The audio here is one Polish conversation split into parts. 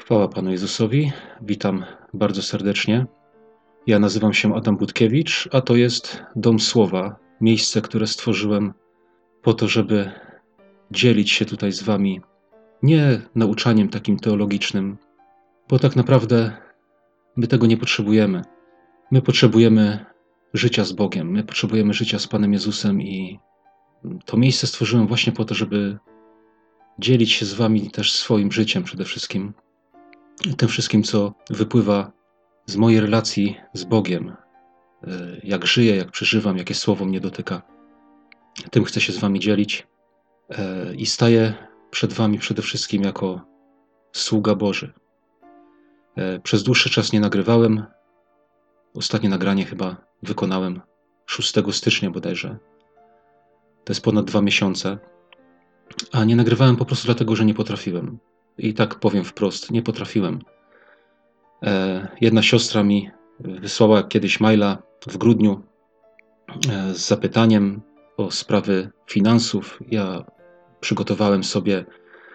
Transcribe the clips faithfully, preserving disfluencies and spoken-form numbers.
Chwała Panu Jezusowi. Witam bardzo serdecznie. Ja nazywam się Adam Budkiewicz, a to jest Dom Słowa, miejsce, które stworzyłem po to, żeby dzielić się tutaj z Wami nie nauczaniem takim teologicznym, bo tak naprawdę my tego nie potrzebujemy. My potrzebujemy życia z Bogiem, my potrzebujemy życia z Panem Jezusem i to miejsce stworzyłem właśnie po to, żeby dzielić się z Wami też swoim życiem przede wszystkim. Tym wszystkim, co wypływa z mojej relacji z Bogiem, jak żyję, jak przeżywam, jakie słowo mnie dotyka. Tym chcę się z Wami dzielić i staję przed Wami przede wszystkim jako sługa Boży. Przez dłuższy czas nie nagrywałem. Ostatnie nagranie chyba wykonałem szóstego stycznia bodajże. To jest ponad dwa miesiące. A nie nagrywałem po prostu dlatego, że nie potrafiłem. I tak powiem wprost, nie potrafiłem. Jedna siostra mi wysłała kiedyś maila w grudniu z zapytaniem o sprawy finansów. Ja przygotowałem sobie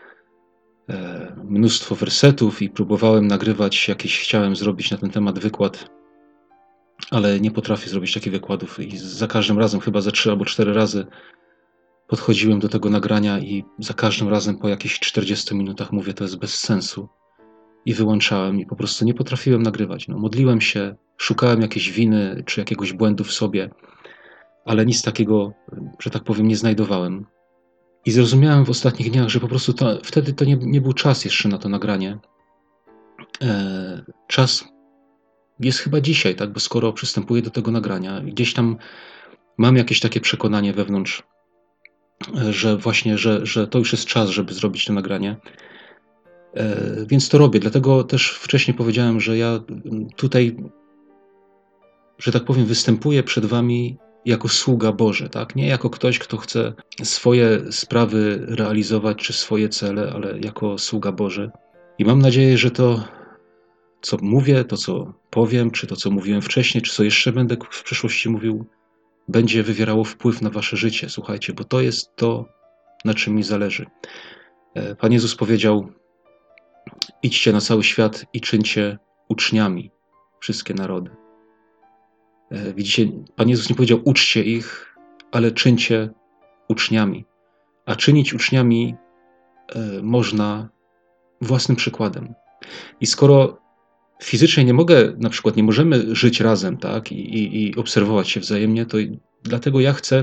mnóstwo wersetów i próbowałem nagrywać, jakiś chciałem zrobić na ten temat wykład, ale nie potrafię zrobić takich wykładów i za każdym razem, chyba ze trzy albo cztery razy podchodziłem do tego nagrania i za każdym razem po jakichś czterdziestu minutach mówię, to jest bez sensu. I wyłączałem i po prostu nie potrafiłem nagrywać. No, modliłem się, szukałem jakiejś winy czy jakiegoś błędu w sobie, ale nic takiego, że tak powiem, nie znajdowałem. I zrozumiałem w ostatnich dniach, że po prostu to, wtedy to nie, nie był czas jeszcze na to nagranie. E, czas jest chyba dzisiaj, tak? Bo skoro przystępuję do tego nagrania, gdzieś tam mam jakieś takie przekonanie wewnątrz, że właśnie, że, że to już jest czas, żeby zrobić to nagranie. E, więc to robię. Dlatego też wcześniej powiedziałem, że ja tutaj, że tak powiem, występuję przed Wami jako sługa Boży, tak? Nie jako ktoś, kto chce swoje sprawy realizować, czy swoje cele, ale jako sługa Boży. I mam nadzieję, że to, co mówię, to, co powiem, czy to, co mówiłem wcześniej, czy co jeszcze będę w przyszłości mówił, będzie wywierało wpływ na wasze życie. Słuchajcie, bo to jest to, na czym mi zależy. Pan Jezus powiedział: idźcie na cały świat i czyńcie uczniami wszystkie narody. Widzicie, Pan Jezus nie powiedział uczcie ich, ale czyńcie uczniami. A czynić uczniami można własnym przykładem. I skoro fizycznie nie mogę, na przykład nie możemy żyć razem, tak, i, i, i obserwować się wzajemnie, to dlatego ja chcę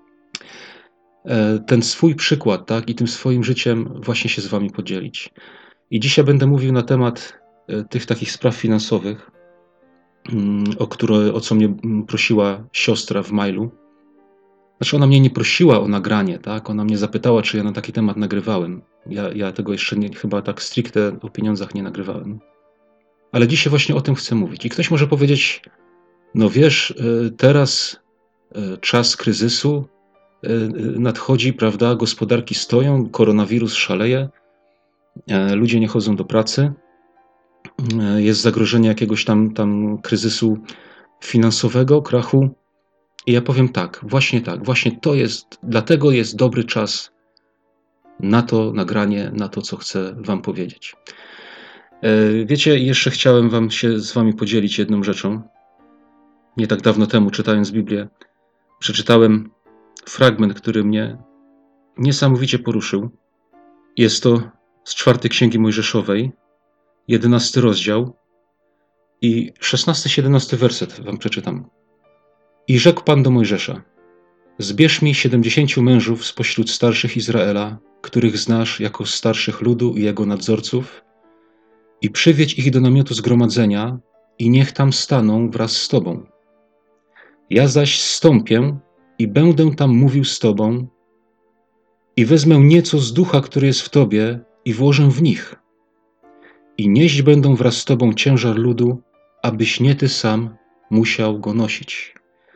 ten swój przykład, tak, i tym swoim życiem właśnie się z Wami podzielić. I dzisiaj będę mówił na temat tych takich spraw finansowych, o, które, o co mnie prosiła siostra w mailu. Znaczy ona mnie nie prosiła o nagranie, tak? Ona mnie zapytała, czy ja na taki temat nagrywałem. Ja, ja tego jeszcze nie, chyba tak stricte o pieniądzach nie nagrywałem. Ale dzisiaj właśnie o tym chcę mówić. I ktoś może powiedzieć, no wiesz, teraz czas kryzysu nadchodzi, prawda? Gospodarki stoją, koronawirus szaleje, ludzie nie chodzą do pracy, jest zagrożenie jakiegoś tam, tam kryzysu finansowego, krachu. I ja powiem tak, właśnie tak, właśnie to jest, dlatego jest dobry czas na to nagranie, na to, co chcę Wam powiedzieć. Wiecie, jeszcze chciałem Wam się z Wami podzielić jedną rzeczą. Nie tak dawno temu, czytając Biblię, przeczytałem fragment, który mnie niesamowicie poruszył. Jest to z czwartej Księgi Mojżeszowej, jedenasty rozdział i szesnasty siedemnasty werset Wam przeczytam. I rzekł Pan do Mojżesza: zbierz mi siedemdziesięciu mężów spośród starszych Izraela, których znasz jako starszych ludu i jego nadzorców, i przywiedź ich do namiotu zgromadzenia i niech tam staną wraz z Tobą. Ja zaś zstąpię i będę tam mówił z Tobą i wezmę nieco z ducha, który jest w Tobie, i włożę w nich. I nieść będą wraz z Tobą ciężar ludu, abyś nie Ty sam musiał go nosić.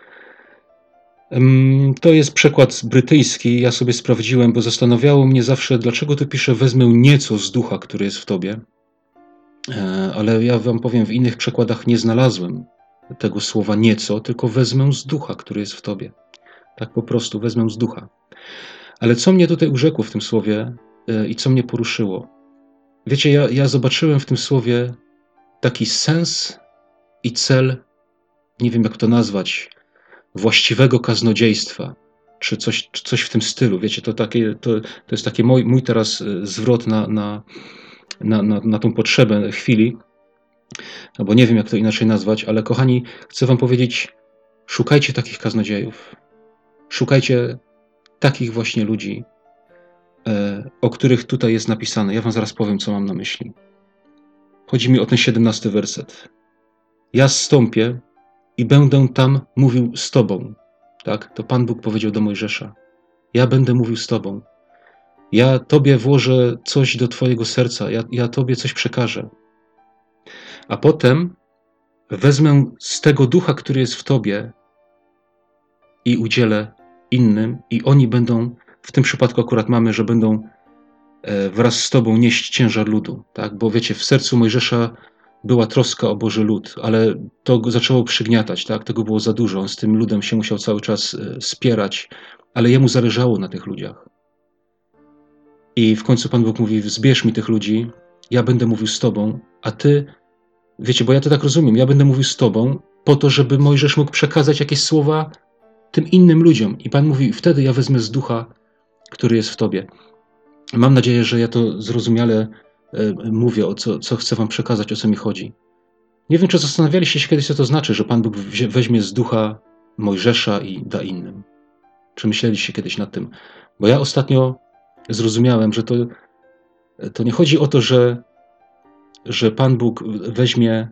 To jest przekład brytyjski, ja sobie sprawdziłem, bo zastanawiało mnie zawsze, dlaczego tu pisze wezmę nieco z ducha, który jest w Tobie. Ale ja Wam powiem, w innych przekładach nie znalazłem tego słowa nieco, tylko wezmę z ducha, który jest w Tobie. Tak po prostu, wezmę z ducha. Ale co mnie tutaj urzekło w tym słowie i co mnie poruszyło? Wiecie, ja, ja zobaczyłem w tym słowie taki sens i cel, nie wiem jak to nazwać, właściwego kaznodziejstwa, czy coś, czy coś w tym stylu. Wiecie, to, takie, to, to jest taki mój, mój teraz e, zwrot na, na, na, na, na tą potrzebę chwili, albo nie wiem jak to inaczej nazwać, ale kochani, chcę wam powiedzieć, szukajcie takich kaznodziejów. Szukajcie takich właśnie ludzi, e, o których tutaj jest napisane. Ja wam zaraz powiem, co mam na myśli. Chodzi mi o ten siedemnasty werset. Ja zstąpię i będę tam mówił z tobą. Tak? To Pan Bóg powiedział do Mojżesza. Ja będę mówił z tobą. Ja tobie włożę coś do twojego serca. Ja, ja tobie coś przekażę. A potem wezmę z tego ducha, który jest w tobie i udzielę innym i oni będą, w tym przypadku akurat mamy, że będą wraz z tobą nieść ciężar ludu. Tak? Bo wiecie, w sercu Mojżesza była troska o Boży lud, ale to go zaczęło przygniatać, tak? Tego było za dużo. On z tym ludem się musiał cały czas spierać, ale jemu zależało na tych ludziach. I w końcu Pan Bóg mówi, zbierz mi tych ludzi, ja będę mówił z tobą, a ty, wiecie, bo ja to tak rozumiem, ja będę mówił z tobą po to, żeby Mojżesz mógł przekazać jakieś słowa tym innym ludziom. I Pan mówi, wtedy ja wezmę z ducha, który jest w tobie. Mam nadzieję, że ja to zrozumiale mówię, o co, co chcę wam przekazać, o co mi chodzi. Nie wiem, czy zastanawialiście się kiedyś, co to znaczy, że Pan Bóg weźmie z ducha Mojżesza i da innym. Czy myśleliście kiedyś nad tym? Bo ja ostatnio zrozumiałem, że to, to nie chodzi o to, że, że Pan Bóg weźmie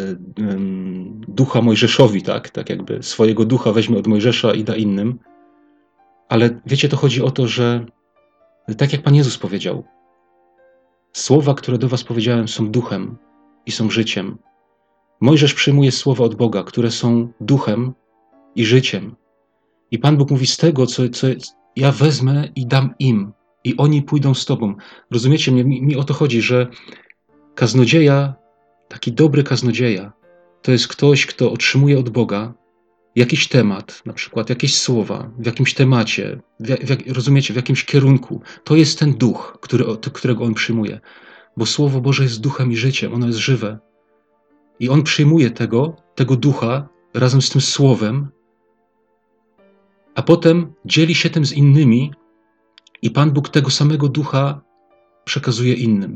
ducha Mojżeszowi, tak? Tak jakby swojego ducha weźmie od Mojżesza i da innym. Ale wiecie, to chodzi o to, że tak jak Pan Jezus powiedział, słowa, które do was powiedziałem, są duchem i są życiem. Mojżesz przyjmuje słowa od Boga, które są duchem i życiem. I Pan Bóg mówi, z tego, co, co ja wezmę i dam im. I oni pójdą z tobą. Rozumiecie mnie? Mi, mi o to chodzi, że kaznodzieja, taki dobry kaznodzieja, to jest ktoś, kto otrzymuje od Boga jakiś temat, na przykład jakieś słowa, w jakimś temacie, w, w, rozumiecie, w jakimś kierunku. To jest ten duch, który, którego on przyjmuje. Bo Słowo Boże jest duchem i życiem, ono jest żywe. I on przyjmuje tego, tego ducha razem z tym słowem, a potem dzieli się tym z innymi i Pan Bóg tego samego ducha przekazuje innym.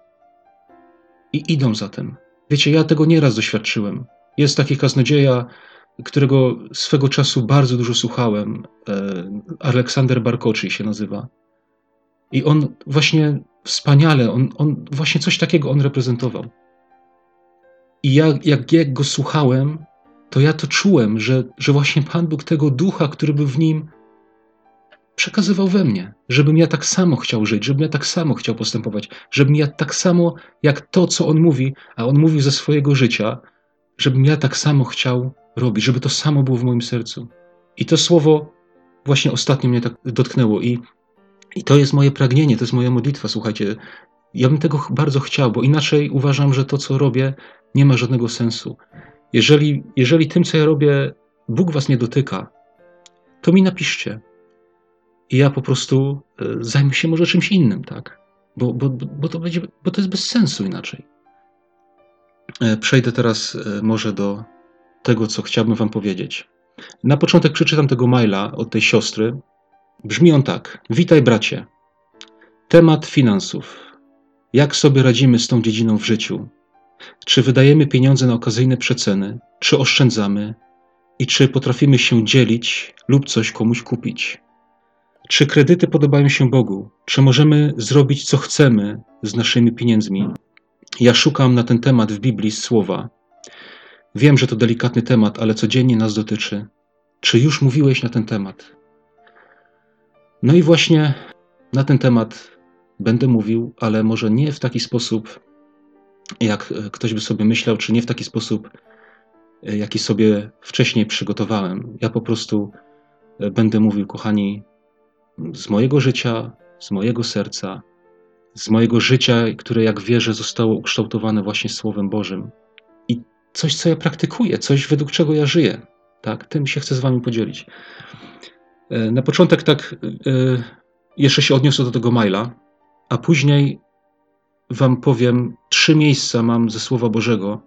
I idą za tym. Wiecie, ja tego nieraz doświadczyłem. Jest taki kaznodzieja, którego swego czasu bardzo dużo słuchałem. Aleksander Barkoczi się nazywa. I on właśnie wspaniale, on, on właśnie coś takiego on reprezentował. I ja, jak, jak go słuchałem, to ja to czułem, że, że właśnie Pan Bóg tego ducha, który był w nim, przekazywał we mnie, żebym ja tak samo chciał żyć, żebym ja tak samo chciał postępować, żebym ja tak samo, jak to, co on mówi, a on mówi ze swojego życia, żebym ja tak samo chciał robić, żeby to samo było w moim sercu. I to słowo właśnie ostatnio mnie tak dotknęło i, i to jest moje pragnienie, to jest moja modlitwa, słuchajcie. Ja bym tego bardzo chciał, bo inaczej uważam, że to, co robię, nie ma żadnego sensu. Jeżeli, jeżeli tym, co ja robię, Bóg was nie dotyka, to mi napiszcie. I ja po prostu zajmę się może czymś innym, tak? Bo, bo, bo, to, będzie, bo to jest bez sensu inaczej. Przejdę teraz może do tego, co chciałbym wam powiedzieć. Na początek przeczytam tego maila od tej siostry. Brzmi on tak. Witaj, bracie. Temat finansów. Jak sobie radzimy z tą dziedziną w życiu? Czy wydajemy pieniądze na okazyjne przeceny? Czy oszczędzamy? I czy potrafimy się dzielić lub coś komuś kupić? Czy kredyty podobają się Bogu? Czy możemy zrobić, co chcemy z naszymi pieniędzmi? Ja szukam na ten temat w Biblii słowa. Wiem, że to delikatny temat, ale codziennie nas dotyczy. Czy już mówiłeś na ten temat? No i właśnie na ten temat będę mówił, ale może nie w taki sposób, jak ktoś by sobie myślał, czy nie w taki sposób, jaki sobie wcześniej przygotowałem. Ja po prostu będę mówił, kochani, z mojego życia, z mojego serca, z mojego życia, które, jak wierzę, zostało ukształtowane właśnie Słowem Bożym. I coś, co ja praktykuję, coś, według czego ja żyję. Tak? Tym się chcę z wami podzielić. Na początek tak jeszcze się odniosę do tego maila, a później wam powiem, trzy miejsca mam ze Słowa Bożego,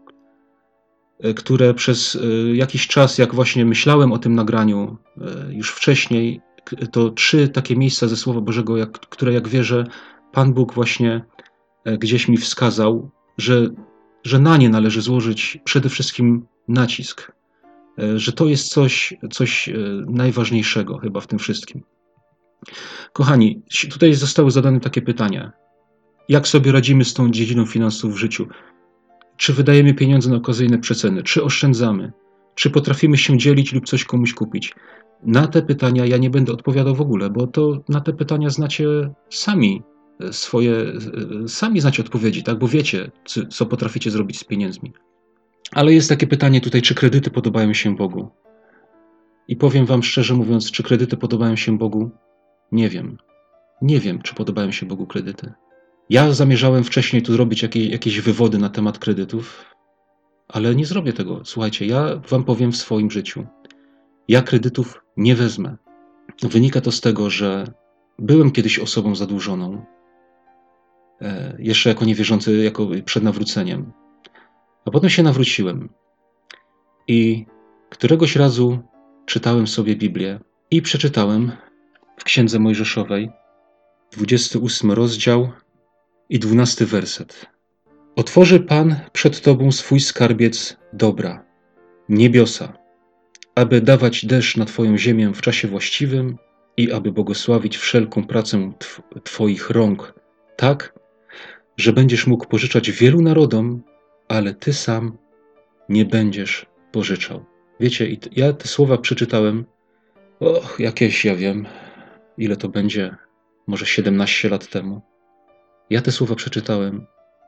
które przez jakiś czas, jak właśnie myślałem o tym nagraniu już wcześniej, to trzy takie miejsca ze Słowa Bożego, jak, które jak wierzę, Pan Bóg właśnie gdzieś mi wskazał, że, że na nie należy złożyć przede wszystkim nacisk, że to jest coś, coś najważniejszego chyba w tym wszystkim. Kochani, tutaj zostały zadane takie pytania. Jak sobie radzimy z tą dziedziną finansów w życiu? Czy wydajemy pieniądze na okazyjne przeceny? Czy oszczędzamy? Czy potrafimy się dzielić lub coś komuś kupić? Na te pytania ja nie będę odpowiadał w ogóle, bo to na te pytania znacie sami swoje, sami znacie odpowiedzi, tak? Bo wiecie, co potraficie zrobić z pieniędzmi. Ale jest takie pytanie tutaj, czy kredyty podobają się Bogu? I powiem wam szczerze mówiąc, czy kredyty podobają się Bogu? Nie wiem. Nie wiem, czy podobają się Bogu kredyty. Ja zamierzałem wcześniej tu zrobić jakieś, jakieś wywody na temat kredytów, ale nie zrobię tego. Słuchajcie, ja wam powiem w swoim życiu. Ja kredytów nie wezmę. Wynika to z tego, że byłem kiedyś osobą zadłużoną, e, jeszcze jako niewierzący, jako przed nawróceniem. A potem się nawróciłem i któregoś razu czytałem sobie Biblię i przeczytałem w Księdze Mojżeszowej dwudziesty ósmy rozdział i dwunasty werset. Otworzy Pan przed Tobą swój skarbiec dobra, niebiosa, aby dawać deszcz na Twoją ziemię w czasie właściwym i aby błogosławić wszelką pracę tw Twoich rąk, tak, że będziesz mógł pożyczać wielu narodom, ale Ty sam nie będziesz pożyczał. Wiecie, i ja te słowa przeczytałem, och, jakieś, ja wiem, ile to będzie, może siedemnaście lat temu. Ja te słowa przeczytałem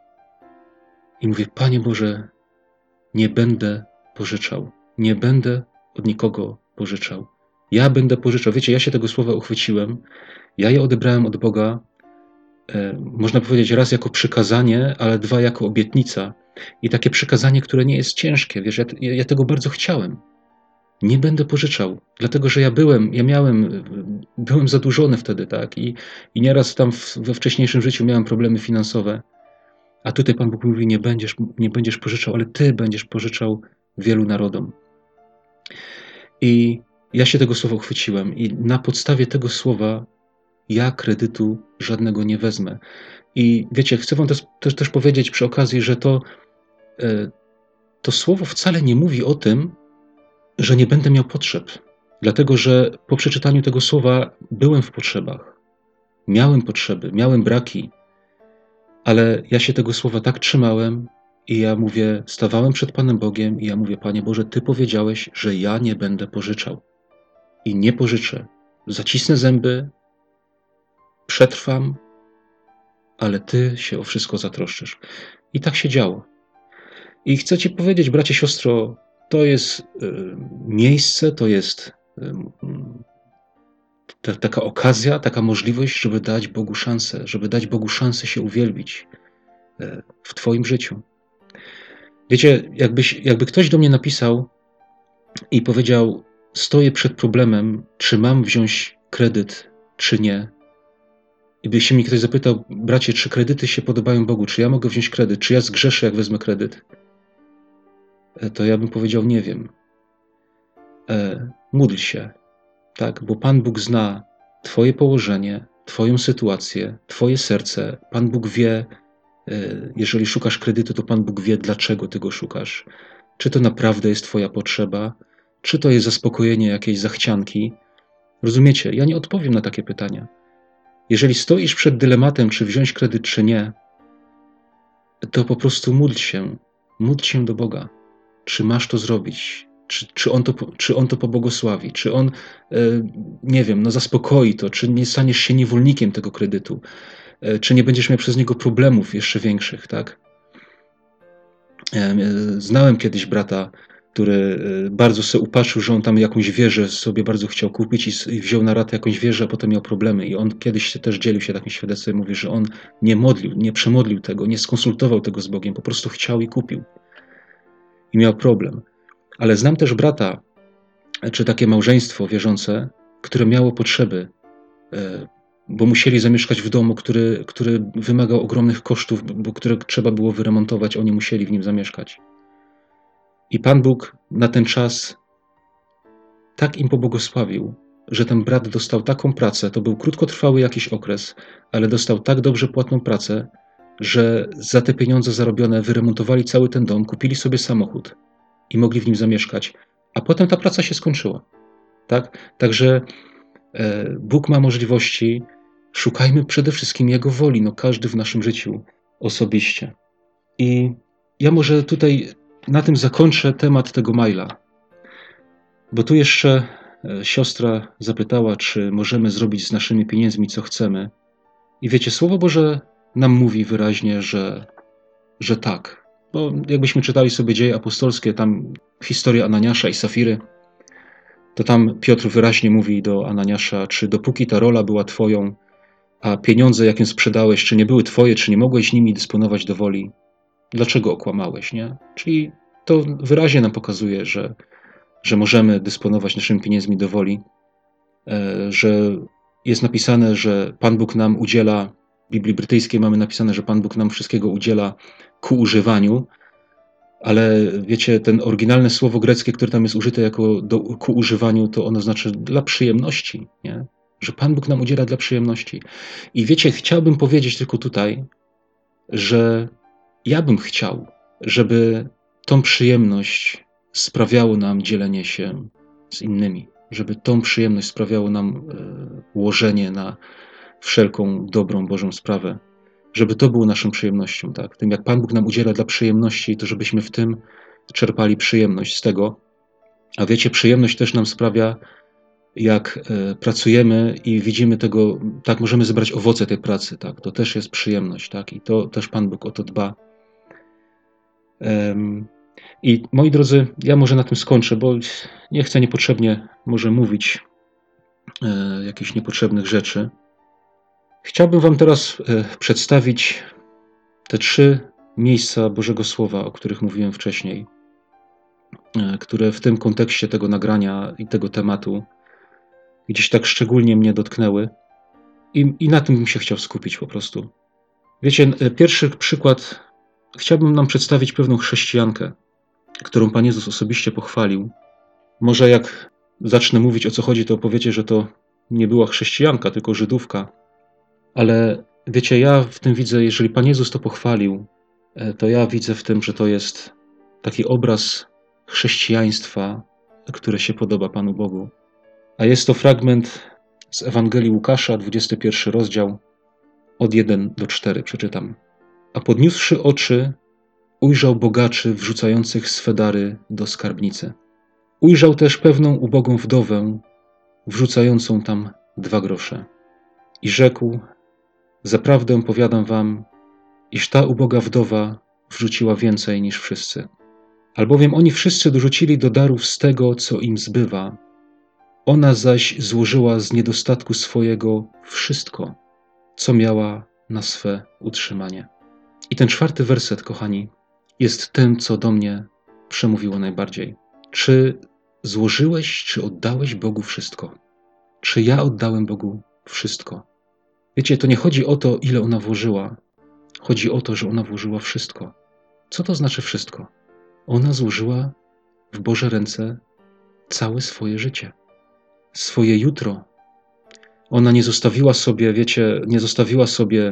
i mówię, Panie Boże, nie będę pożyczał, nie będę od nikogo pożyczał. Ja będę pożyczał. Wiecie, ja się tego słowa uchwyciłem, ja je odebrałem od Boga, e, można powiedzieć raz jako przykazanie, ale dwa jako obietnica. I takie przykazanie, które nie jest ciężkie, wiesz, ja, ja tego bardzo chciałem. Nie będę pożyczał, dlatego że ja byłem, ja miałem, byłem zadłużony wtedy, tak, i, i nieraz tam w, we wcześniejszym życiu miałem problemy finansowe. A tutaj Pan Bóg mówi, nie będziesz, nie będziesz pożyczał, ale Ty będziesz pożyczał wielu narodom. I ja się tego słowa uchwyciłem i na podstawie tego słowa ja kredytu żadnego nie wezmę. I wiecie, chcę wam też, też, też powiedzieć przy okazji, że to, to słowo wcale nie mówi o tym, że nie będę miał potrzeb. Dlatego, że po przeczytaniu tego słowa byłem w potrzebach. Miałem potrzeby, miałem braki, ale ja się tego słowa tak trzymałem i ja mówię, stawałem przed Panem Bogiem i ja mówię, Panie Boże, Ty powiedziałeś, że ja nie będę pożyczał. I nie pożyczę. Zacisnę zęby, przetrwam, ale Ty się o wszystko zatroszczysz. I tak się działo. I chcę Ci powiedzieć, bracie, siostro, to jest y, miejsce, to jest y, ta, taka okazja, taka możliwość, żeby dać Bogu szansę, żeby dać Bogu szansę się uwielbić y, w Twoim życiu. Wiecie, jakbyś, jakby ktoś do mnie napisał i powiedział, stoję przed problemem, czy mam wziąć kredyt, czy nie. I by się mi ktoś zapytał, bracie, czy kredyty się podobają Bogu, czy ja mogę wziąć kredyt, czy ja zgrzeszę, jak wezmę kredyt, to ja bym powiedział, nie wiem. E, módl się, tak, bo Pan Bóg zna Twoje położenie, Twoją sytuację, Twoje serce. Pan Bóg wie, e, jeżeli szukasz kredytu, to Pan Bóg wie, dlaczego Ty go szukasz. Czy to naprawdę jest Twoja potrzeba, czy to jest zaspokojenie jakiejś zachcianki. Rozumiecie? Ja nie odpowiem na takie pytania. Jeżeli stoisz przed dylematem, czy wziąć kredyt, czy nie, to po prostu módl się. Módl się do Boga. Czy masz to zrobić? Czy, czy, on, to, czy on to pobłogosławi? Czy on, e, nie wiem, no zaspokoi to? Czy nie staniesz się niewolnikiem tego kredytu? E, czy nie będziesz miał przez niego problemów jeszcze większych, tak? E, znałem kiedyś brata, który bardzo sobie upatrzył, że on tam jakąś wieżę sobie bardzo chciał kupić i, i wziął na ratę jakąś wieżę, a potem miał problemy. I on kiedyś się też dzielił się takim świadectwem, mówi, że on nie modlił, nie przemodlił tego, nie skonsultował tego z Bogiem, po prostu chciał i kupił. I miał problem. Ale znam też brata, czy takie małżeństwo wierzące, które miało potrzeby bo musieli zamieszkać w domu, który, który wymagał ogromnych kosztów, bo które trzeba było wyremontować, oni musieli w nim zamieszkać. I Pan Bóg na ten czas tak im pobłogosławił, że ten brat dostał taką pracę, to był krótkotrwały jakiś okres, ale dostał tak dobrze płatną pracę, że za te pieniądze zarobione wyremontowali cały ten dom, kupili sobie samochód i mogli w nim zamieszkać. A potem ta praca się skończyła. Tak? Także e, Bóg ma możliwości, szukajmy przede wszystkim Jego woli, no każdy w naszym życiu osobiście. I ja może tutaj na tym zakończę temat tego maila, bo tu jeszcze e, siostra zapytała, czy możemy zrobić z naszymi pieniędzmi, co chcemy. I wiecie, Słowo Boże nam mówi wyraźnie, że, że tak. Bo jakbyśmy czytali sobie Dzieje Apostolskie, tam historia Ananiasza i Safiry, to tam Piotr wyraźnie mówi do Ananiasza, czy dopóki ta rola była twoją, a pieniądze, jakie sprzedałeś, czy nie były twoje, czy nie mogłeś nimi dysponować do woli, dlaczego okłamałeś, nie? Czyli to wyraźnie nam pokazuje, że, że możemy dysponować naszymi pieniędzmi do woli, że jest napisane, że Pan Bóg nam udziela, w Biblii brytyjskiej mamy napisane, że Pan Bóg nam wszystkiego udziela ku używaniu, ale wiecie, ten oryginalne słowo greckie, które tam jest użyte jako do, ku używaniu, to ono znaczy dla przyjemności, nie? Że Pan Bóg nam udziela dla przyjemności. I wiecie, chciałbym powiedzieć tylko tutaj, że ja bym chciał, żeby tą przyjemność sprawiało nam dzielenie się z innymi, żeby tą przyjemność sprawiało nam e, łożenie na wszelką dobrą Bożą sprawę, żeby to było naszą przyjemnością, tak? Tym jak Pan Bóg nam udziela dla przyjemności, to żebyśmy w tym czerpali przyjemność z tego. A wiecie, przyjemność też nam sprawia, jak e, pracujemy i widzimy tego, tak, możemy zebrać owoce tej pracy, tak? To też jest przyjemność, tak? I to też Pan Bóg o to dba. Um, I moi drodzy, ja może na tym skończę, bo nie chcę niepotrzebnie może mówić e, jakichś niepotrzebnych rzeczy. Chciałbym wam teraz e, przedstawić te trzy miejsca Bożego Słowa, o których mówiłem wcześniej, e, które w tym kontekście tego nagrania i tego tematu gdzieś tak szczególnie mnie dotknęły i, i na tym bym się chciał skupić po prostu. Wiecie, e, pierwszy przykład, chciałbym nam przedstawić pewną chrześcijankę, którą Pan Jezus osobiście pochwalił. Może jak zacznę mówić, o co chodzi, to powiecie, że to nie była chrześcijanka, tylko Żydówka. Ale wiecie, ja w tym widzę, jeżeli Pan Jezus to pochwalił, to ja widzę w tym, że to jest taki obraz chrześcijaństwa, które się podoba Panu Bogu. A jest to fragment z Ewangelii Łukasza, dwudziesty pierwszy rozdział, od jeden do czterech przeczytam. A podniósłszy oczy, ujrzał bogaczy wrzucających swe dary do skarbnicy. Ujrzał też pewną ubogą wdowę, wrzucającą tam dwa grosze. I rzekł, zaprawdę powiadam wam, iż ta uboga wdowa wrzuciła więcej niż wszyscy. Albowiem oni wszyscy dorzucili do darów z tego, co im zbywa. Ona zaś złożyła z niedostatku swojego wszystko, co miała na swe utrzymanie. I ten czwarty werset, kochani, jest tym, co do mnie przemówiło najbardziej. Czy złożyłeś, czy oddałeś Bogu wszystko? Czy ja oddałem Bogu wszystko? Wiecie, to nie chodzi o to, ile ona włożyła. Chodzi o to, że ona włożyła wszystko. Co to znaczy wszystko? Ona złożyła w Boże ręce całe swoje życie. Swoje jutro. Ona nie zostawiła sobie, wiecie, nie zostawiła sobie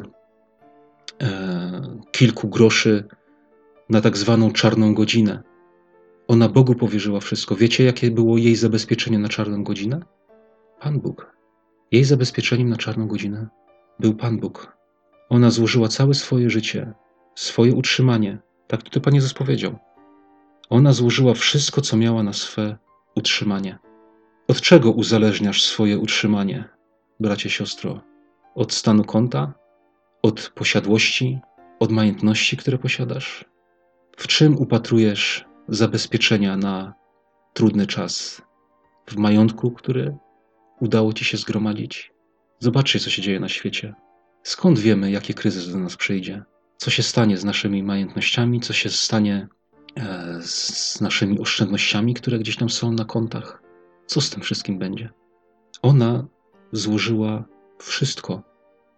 e, kilku groszy na tak zwaną czarną godzinę. Ona Bogu powierzyła wszystko. Wiecie, jakie było jej zabezpieczenie na czarną godzinę? Pan Bóg. Jej zabezpieczeniem na czarną godzinę był Pan Bóg. Ona złożyła całe swoje życie, swoje utrzymanie. Tak to Pan Jezus powiedział. Ona złożyła wszystko, co miała na swe utrzymanie. Od czego uzależniasz swoje utrzymanie, bracie, siostro? Od stanu konta? Od posiadłości? Od majątności, które posiadasz? W czym upatrujesz zabezpieczenia na trudny czas? W majątku, który udało ci się zgromadzić? Zobaczcie, co się dzieje na świecie. Skąd wiemy, jaki kryzys do nas przyjdzie? Co się stanie z naszymi majątnościami? Co się stanie e, z naszymi oszczędnościami, które gdzieś tam są na kontach? Co z tym wszystkim będzie? Ona złożyła wszystko.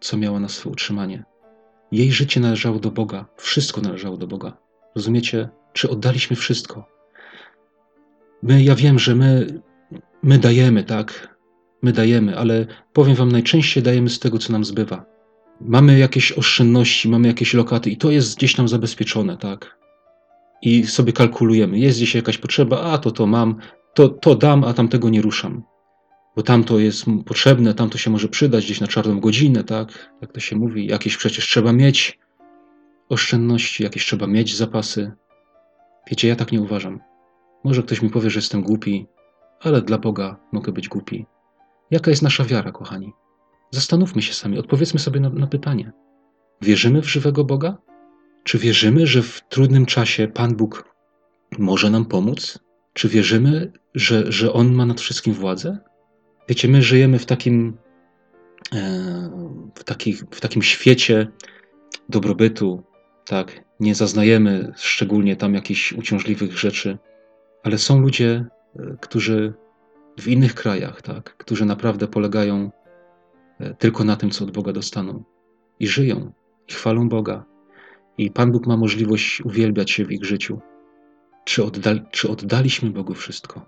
co miała na swoje utrzymanie. Jej życie należało do Boga, wszystko należało do Boga. Rozumiecie? Czy oddaliśmy wszystko? My, ja wiem, że my, my dajemy, tak? My dajemy, ale powiem wam, najczęściej dajemy z tego, co nam zbywa. Mamy jakieś oszczędności, mamy jakieś lokaty i to jest gdzieś tam zabezpieczone, tak? I sobie kalkulujemy, jest gdzieś jakaś potrzeba, a to to mam, to, to dam, a tamtego nie ruszam. Bo tamto jest potrzebne, tamto się może przydać gdzieś na czarną godzinę, tak? Jak to się mówi, jakieś przecież trzeba mieć oszczędności, jakieś trzeba mieć zapasy. Wiecie, ja tak nie uważam. Może ktoś mi powie, że jestem głupi, ale dla Boga mogę być głupi. Jaka jest nasza wiara, kochani? Zastanówmy się sami, odpowiedzmy sobie na, na pytanie. Wierzymy w żywego Boga? Czy wierzymy, że w trudnym czasie Pan Bóg może nam pomóc? Czy wierzymy, że, że On ma nad wszystkim władzę? Wiecie, my żyjemy w takim, e, w, takich, w takim świecie dobrobytu, tak? Nie zaznajemy szczególnie tam jakichś uciążliwych rzeczy, ale są ludzie, e, którzy w innych krajach, tak? Którzy naprawdę polegają e, tylko na tym, co od Boga dostaną. I żyją, i chwalą Boga. I Pan Bóg ma możliwość uwielbiać się w ich życiu. Czy, oddali, czy oddaliśmy Bogu wszystko?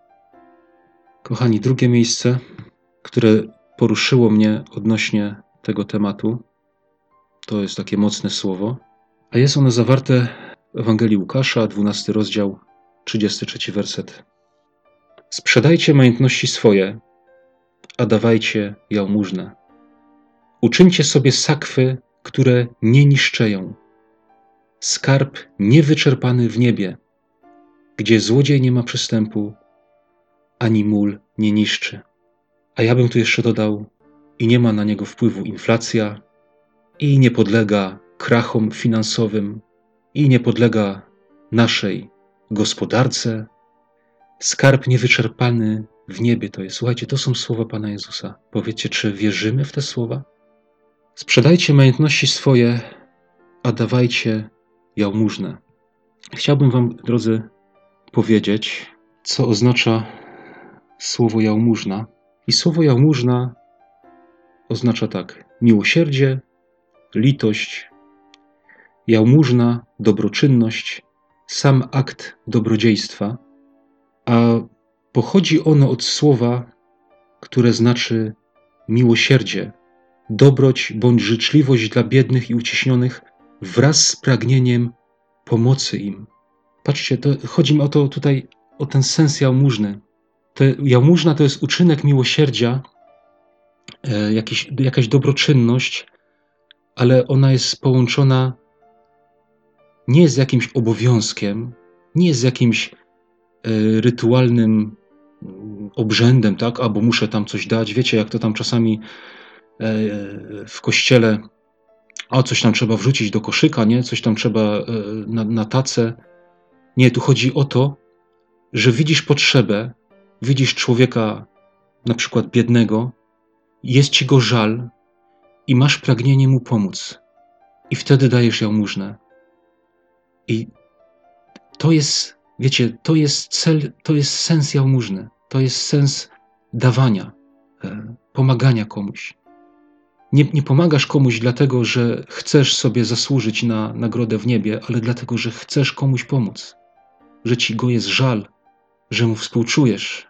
Kochani, drugie miejsce, które poruszyło mnie odnośnie tego tematu, to jest takie mocne słowo, a jest ono zawarte w Ewangelii Łukasza, dwunasty rozdział, trzydziesty trzeci werset. Sprzedajcie majątności swoje, a dawajcie jałmużnę. Uczyńcie sobie sakwy, które nie niszczeją, skarb niewyczerpany w niebie, gdzie złodziej nie ma przystępu, ani mól nie niszczy. A ja bym tu jeszcze dodał, i nie ma na niego wpływu inflacja, i nie podlega krachom finansowym, i nie podlega naszej gospodarce. Skarb niewyczerpany w niebie to jest. Słuchajcie, to są słowa Pana Jezusa. Powiedzcie, czy wierzymy w te słowa? Sprzedajcie majątności swoje, a dawajcie jałmużnę. Chciałbym wam, drodzy, powiedzieć, co oznacza słowo jałmużna. I słowo jałmużna oznacza tak: miłosierdzie, litość, jałmużna, dobroczynność, sam akt dobrodziejstwa, a pochodzi ono od słowa, które znaczy miłosierdzie, dobroć bądź życzliwość dla biednych i uciśnionych wraz z pragnieniem pomocy im. Patrzcie, to chodzi mi o to tutaj, o ten sens jałmużny. To, jałmużna to jest uczynek miłosierdzia, e, jakiś, jakaś dobroczynność, ale ona jest połączona nie z jakimś obowiązkiem, nie z jakimś e, rytualnym obrzędem, tak? Albo muszę tam coś dać. Wiecie, jak to tam czasami e, w kościele, a coś tam trzeba wrzucić do koszyka, nie? Coś tam trzeba e, na, na tacę. Nie, tu chodzi o to, że widzisz potrzebę, widzisz człowieka na przykład biednego, jest ci go żal i masz pragnienie mu pomóc. I wtedy dajesz jałmużnę. I to jest, wiecie, to jest cel, to jest sens jałmużny. To jest sens dawania, e, pomagania komuś. Nie, nie pomagasz komuś dlatego, że chcesz sobie zasłużyć na nagrodę w niebie, ale dlatego, że chcesz komuś pomóc. Że ci go jest żal, że mu współczujesz.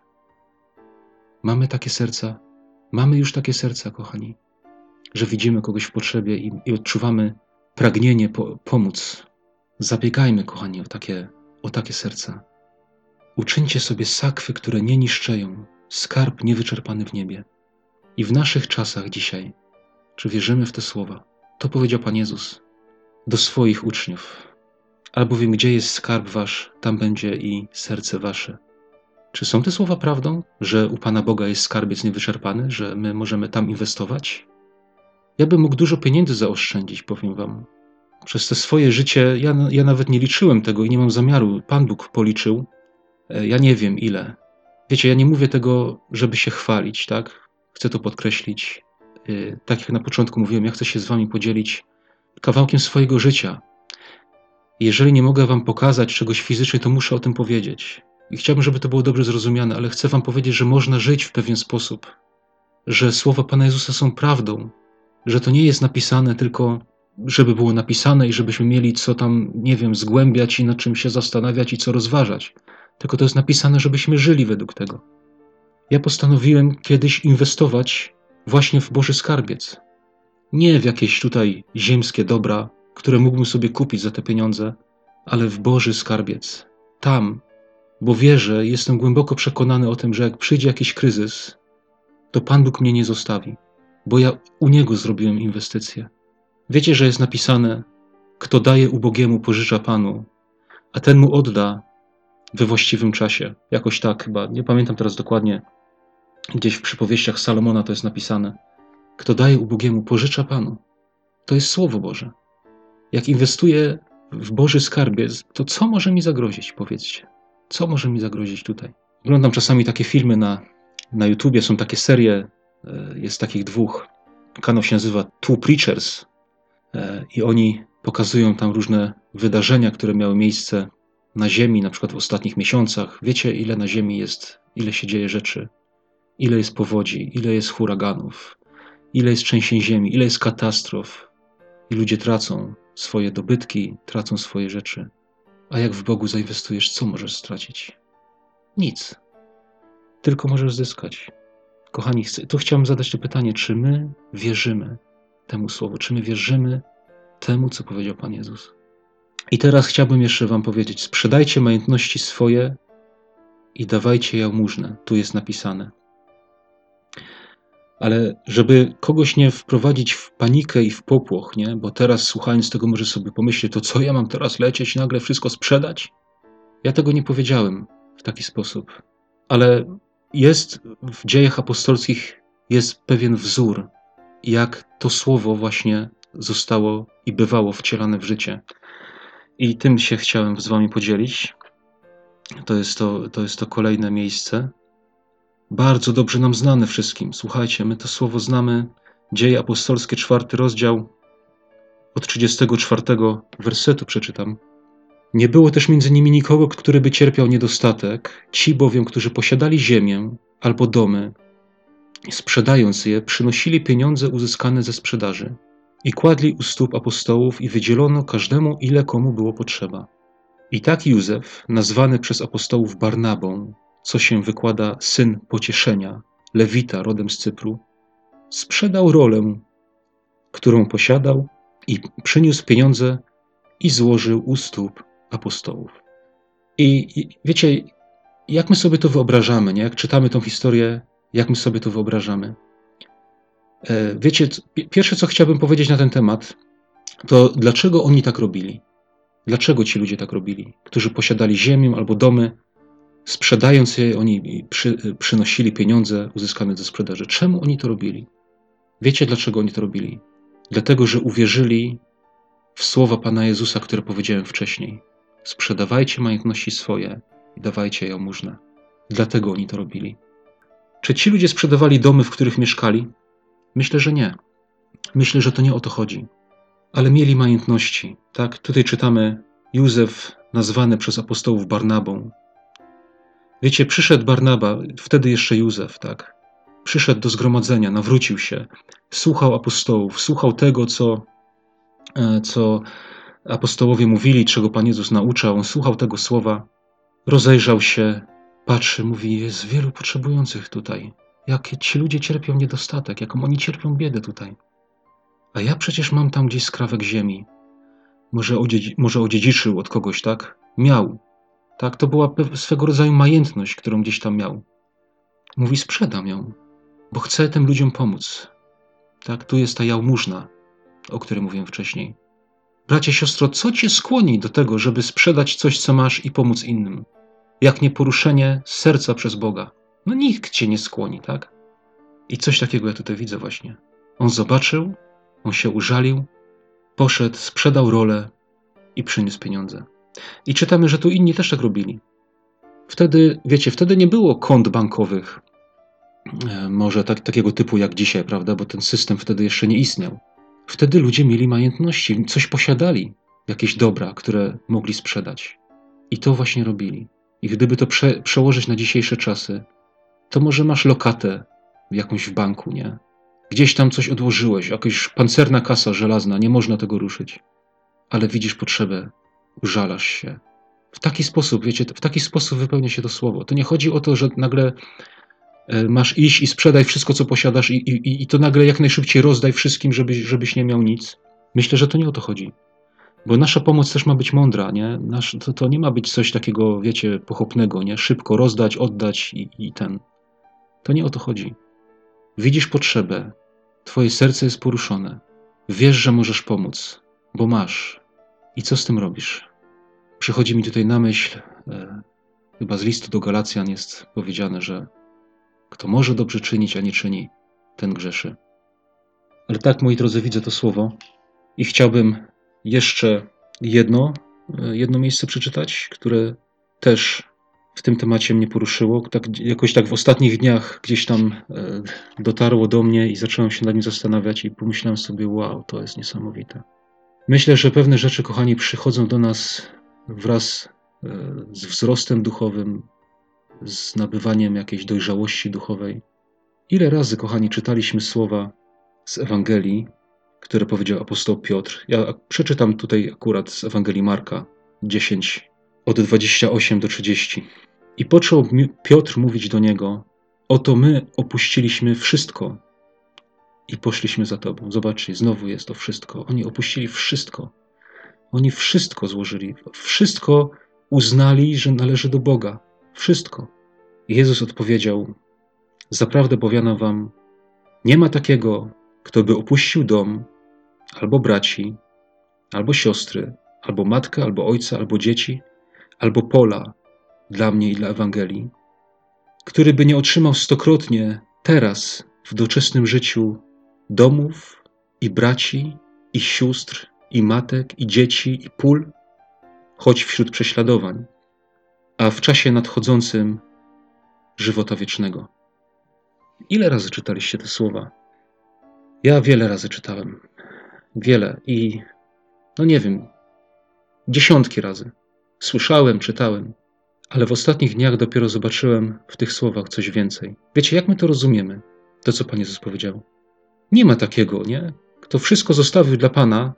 Mamy takie serca, mamy już takie serca, kochani, że widzimy kogoś w potrzebie i, i odczuwamy pragnienie po, pomóc. Zabiegajmy, kochani, o takie, o takie serca. Uczyńcie sobie sakwy, które nie niszczeją, skarb niewyczerpany w niebie. I w naszych czasach dzisiaj, czy wierzymy w te słowa? To powiedział Pan Jezus do swoich uczniów. Albowiem gdzie jest skarb wasz, tam będzie i serce wasze. Czy są te słowa prawdą, że u Pana Boga jest skarbiec niewyczerpany, że my możemy tam inwestować? Ja bym mógł dużo pieniędzy zaoszczędzić, powiem wam. Przez te swoje życie, ja, ja nawet nie liczyłem tego i nie mam zamiaru. Pan Bóg policzył. Ja nie wiem ile. Wiecie, ja nie mówię tego, żeby się chwalić, tak? Chcę to podkreślić. Tak jak na początku mówiłem, ja chcę się z wami podzielić kawałkiem swojego życia. Jeżeli nie mogę wam pokazać czegoś fizycznie, to muszę o tym powiedzieć. I chciałbym, żeby to było dobrze zrozumiane, ale chcę wam powiedzieć, że można żyć w pewien sposób, że słowa Pana Jezusa są prawdą, że to nie jest napisane tylko, żeby było napisane i żebyśmy mieli co tam, nie wiem, zgłębiać i nad czym się zastanawiać i co rozważać. Tylko to jest napisane, żebyśmy żyli według tego. Ja postanowiłem kiedyś inwestować właśnie w Boży skarbiec. Nie w jakieś tutaj ziemskie dobra, które mógłbym sobie kupić za te pieniądze, ale w Boży skarbiec. Tam, bo wierzę, jestem głęboko przekonany o tym, że jak przyjdzie jakiś kryzys, to Pan Bóg mnie nie zostawi, bo ja u Niego zrobiłem inwestycję. Wiecie, że jest napisane, kto daje ubogiemu, pożycza Panu, a ten mu odda we właściwym czasie. Jakoś tak chyba, nie pamiętam teraz dokładnie, gdzieś w przypowieściach Salomona to jest napisane. Kto daje ubogiemu, pożycza Panu. To jest Słowo Boże. Jak inwestuję w Boży skarbiec, to co może mi zagrozić, powiedzcie? Co może mi zagrozić tutaj? Oglądam czasami takie filmy na, na YouTubie, są takie serie, jest takich dwóch. Kanał się nazywa Two Preachers i oni pokazują tam różne wydarzenia, które miały miejsce na Ziemi, na przykład w ostatnich miesiącach. Wiecie, ile na Ziemi jest, ile się dzieje rzeczy, ile jest powodzi, ile jest huraganów, ile jest trzęsień ziemi, ile jest katastrof i ludzie tracą swoje dobytki, tracą swoje rzeczy. A jak w Bogu zainwestujesz, co możesz stracić? Nic. Tylko możesz zyskać. Kochani, tu chciałem zadać to pytanie, czy my wierzymy temu słowu, czy my wierzymy temu, co powiedział Pan Jezus? I teraz chciałbym jeszcze wam powiedzieć, sprzedajcie majątności swoje i dawajcie jałmużnę. Tu jest napisane. Ale żeby kogoś nie wprowadzić w panikę i w popłoch, nie? Bo teraz słuchając tego może sobie pomyśleć, to co ja mam teraz lecieć, nagle wszystko sprzedać? Ja tego nie powiedziałem w taki sposób. Ale jest w dziejach apostolskich jest pewien wzór, jak to słowo właśnie zostało i bywało wcielane w życie. I tym się chciałem z wami podzielić. To jest to, to jest to kolejne miejsce. Bardzo dobrze nam znane wszystkim. Słuchajcie, my to słowo znamy. Dzieje apostolskie, czwarty rozdział, od trzydziestego czwartego wersetu przeczytam. Nie było też między nimi nikogo, który by cierpiał niedostatek. Ci bowiem, którzy posiadali ziemię albo domy, sprzedając je, przynosili pieniądze uzyskane ze sprzedaży i kładli u stóp apostołów i wydzielono każdemu, ile komu było potrzeba. I tak Józef, nazwany przez apostołów Barnabą, co się wykłada syn pocieszenia, Lewita rodem z Cypru, sprzedał rolę, którą posiadał i przyniósł pieniądze i złożył u stóp apostołów. I, i wiecie, jak my sobie to wyobrażamy, nie? Jak czytamy tą historię, jak my sobie to wyobrażamy? E, wiecie, pierwsze co chciałbym powiedzieć na ten temat, to dlaczego oni tak robili? Dlaczego ci ludzie tak robili? Którzy posiadali ziemię albo domy, sprzedając je, oni przy, przynosili pieniądze uzyskane ze sprzedaży. Czemu oni to robili? Wiecie, dlaczego oni to robili? Dlatego, że uwierzyli w słowa Pana Jezusa, które powiedziałem wcześniej. Sprzedawajcie majątności swoje i dawajcie jałmużnę. Dlatego oni to robili. Czy ci ludzie sprzedawali domy, w których mieszkali? Myślę, że nie. Myślę, że to nie o to chodzi. Ale mieli majątności. Tak? Tutaj czytamy Józef, nazwany przez apostołów Barnabą. Wiecie, przyszedł Barnaba, wtedy jeszcze Józef, tak? Przyszedł do zgromadzenia, nawrócił się, słuchał apostołów, słuchał tego, co, co apostołowie mówili, czego Pan Jezus nauczał. On słuchał tego słowa, rozejrzał się, patrzy, mówi, jest wielu potrzebujących tutaj. Jak ci ludzie cierpią niedostatek, jaką oni cierpią biedę tutaj. A ja przecież mam tam gdzieś skrawek ziemi. Może, odziedzi, może odziedziczył od kogoś, tak? Miał. Tak, to była swego rodzaju majętność, którą gdzieś tam miał. Mówi, sprzedam ją, bo chcę tym ludziom pomóc. Tak, tu jest ta jałmużna, o której mówiłem wcześniej. Bracie, siostro, co cię skłoni do tego, żeby sprzedać coś, co masz i pomóc innym? Jak nie poruszenie serca przez Boga. No nikt cię nie skłoni, tak? I coś takiego ja tutaj widzę właśnie. On zobaczył, on się użalił, poszedł, sprzedał rolę i przyniósł pieniądze. I czytamy, że tu inni też tak robili. Wtedy, wiecie, wtedy nie było kont bankowych, może tak, takiego typu jak dzisiaj, prawda, bo ten system wtedy jeszcze nie istniał. Wtedy ludzie mieli majątności, coś posiadali, jakieś dobra, które mogli sprzedać. I to właśnie robili. I gdyby to prze, przełożyć na dzisiejsze czasy, to może masz lokatę jakąś w banku, nie? Gdzieś tam coś odłożyłeś, jakaś pancerna kasa żelazna, nie można tego ruszyć. Ale widzisz potrzebę, użalasz się. W taki sposób, wiecie, w taki sposób wypełnia się to słowo. To nie chodzi o to, że nagle masz iść i sprzedaj wszystko, co posiadasz i, i, i to nagle jak najszybciej rozdaj wszystkim, żebyś, żebyś nie miał nic. Myślę, że to nie o to chodzi. Bo nasza pomoc też ma być mądra, nie? Nasz, to, to nie ma być coś takiego, wiecie, pochopnego, nie? Szybko rozdać, oddać i, i ten. To nie o to chodzi. Widzisz potrzebę, twoje serce jest poruszone, wiesz, że możesz pomóc, bo masz. I co z tym robisz? Przychodzi mi tutaj na myśl, e, chyba z listu do Galacjan jest powiedziane, że kto może dobrze czynić, a nie czyni, ten grzeszy. Ale tak, moi drodzy, widzę to słowo i chciałbym jeszcze jedno, jedno miejsce przeczytać, które też w tym temacie mnie poruszyło. Tak, jakoś tak w ostatnich dniach gdzieś tam dotarło do mnie i zacząłem się nad nim zastanawiać i pomyślałem sobie, wow, to jest niesamowite. Myślę, że pewne rzeczy, kochani, przychodzą do nas wraz z wzrostem duchowym, z nabywaniem jakiejś dojrzałości duchowej. Ile razy, kochani, czytaliśmy słowa z Ewangelii, które powiedział apostoł Piotr. Ja przeczytam tutaj akurat z Ewangelii Marka dziesięć, od dwudziestego ósmego do trzydziestego. I począł Piotr mówić do niego, oto my opuściliśmy wszystko i poszliśmy za Tobą. Zobaczcie, znowu jest to wszystko. Oni opuścili wszystko. Oni wszystko złożyli. Wszystko uznali, że należy do Boga. Wszystko. I Jezus odpowiedział, zaprawdę powiadam wam, nie ma takiego, kto by opuścił dom, albo braci, albo siostry, albo matkę, albo ojca, albo dzieci, albo pola dla mnie i dla Ewangelii, który by nie otrzymał stokrotnie teraz w doczesnym życiu domów i braci, i sióstr, i matek, i dzieci, i pól, choć wśród prześladowań, a w czasie nadchodzącym żywota wiecznego. Ile razy czytaliście te słowa? Ja wiele razy czytałem. Wiele i no nie wiem, dziesiątki razy. Słyszałem, czytałem, ale w ostatnich dniach dopiero zobaczyłem w tych słowach coś więcej. Wiecie, jak my to rozumiemy? To, co Pan Jezus powiedział. Nie ma takiego, nie? Kto wszystko zostawił dla Pana